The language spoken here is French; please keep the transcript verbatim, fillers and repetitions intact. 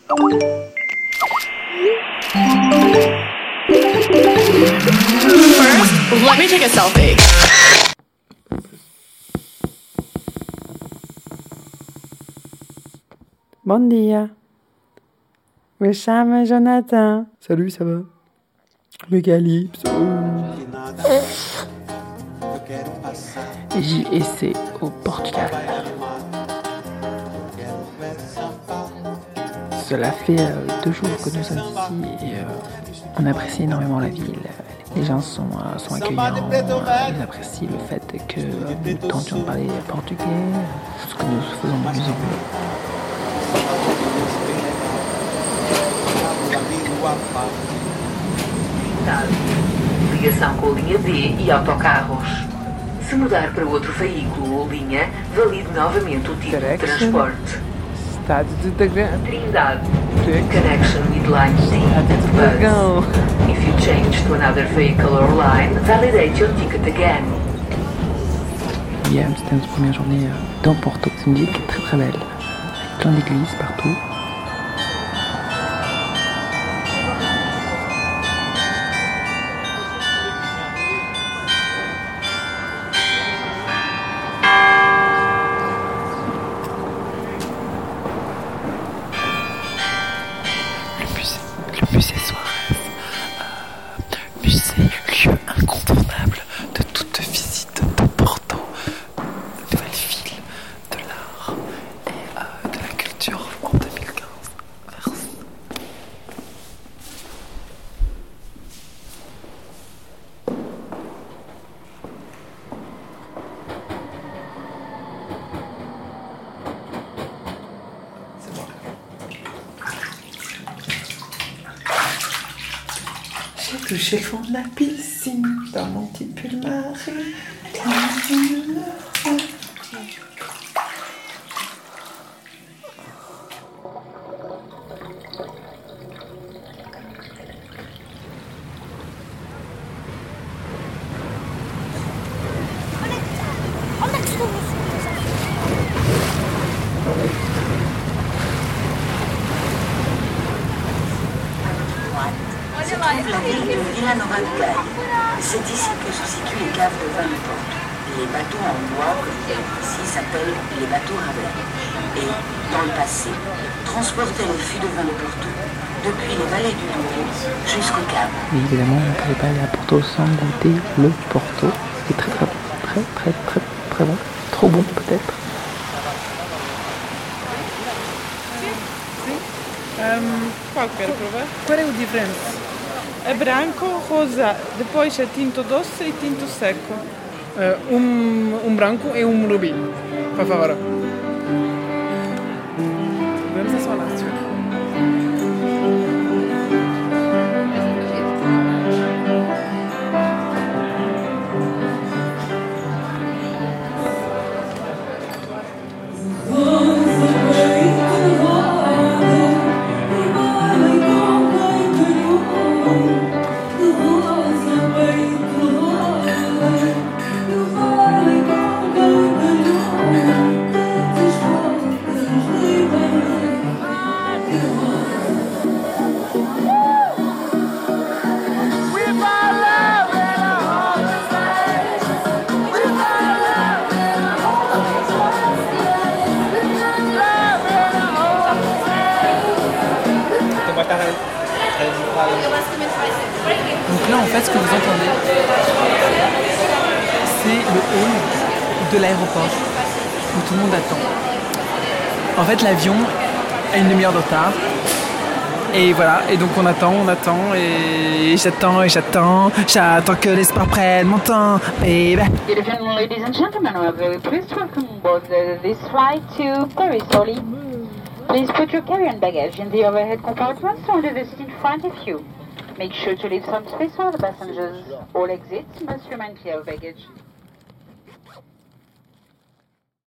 First, let me take a selfie. Bon dia. Me chamo Jonathan. Salut, ça va? Le Calypso. J et C au Portugal. Cela fait euh, deux jours que nous sommes ici et euh, on apprécie énormément la ville. Les gens sont, euh, sont accueillants, euh, ils apprécient le fait que euh, nous tentions de parler portugais, ce que nous faisons de mieux en mieux. Ligação com a linha D e autocarros. Se mudar para outro veículo ou linha, valide novamente o tipo de transporte. Estado de Dragão. Trindade. Connection with line D and bus. If you change to another vehicle or line, validate your ticket again. Hier, c'était notre première journée dans Porto. C'est une ville qui est très très belle, avec plein d'églises partout. Le musée Suarez, euh, musée, lieu incontournable de toute visite de Porto, nouvelle ville de l'art et euh, de la culture en deux mille quinze. Merci. J'ai touché le fond de la piscine dans mon petit pull marine. La ville de Vila Nova de Gaia. C'est ici que se situent les caves de vin de Porto. Les bateaux en bois, comme ici, s'appellent les bateaux Ravel. Et, dans le passé, transportaient le fût de vin de Porto depuis les vallées du Douro jusqu'aux caves. Mais évidemment, on ne pouvait pas aller à Porto sans goûter le Porto. C'est très très très très très très bon. Trop bon peut-être. Um, qual quero provar? Qual é a diferença? É branco, rosa, depois é tinto doce e tinto seco. Uh, um, um branco e um rubi, por favor. Vamos a sua nação. Donc là, en fait, ce que vous entendez, c'est le hall de l'aéroport où tout le monde attend. En fait, l'avion a une demi-heure de retard. Et voilà, et donc on attend, on attend, et j'attends, et j'attends, j'attends que l'espoir prenne mon temps, baby. Good evening, ladies and gentlemen. We are very pleased to welcome aboard this flight to Paris, Orly. Please put your carry-on baggage in the overhead compartments under the seat in front of you. Make sure to leave some space for the passengers. All exits must remain clear of baggage.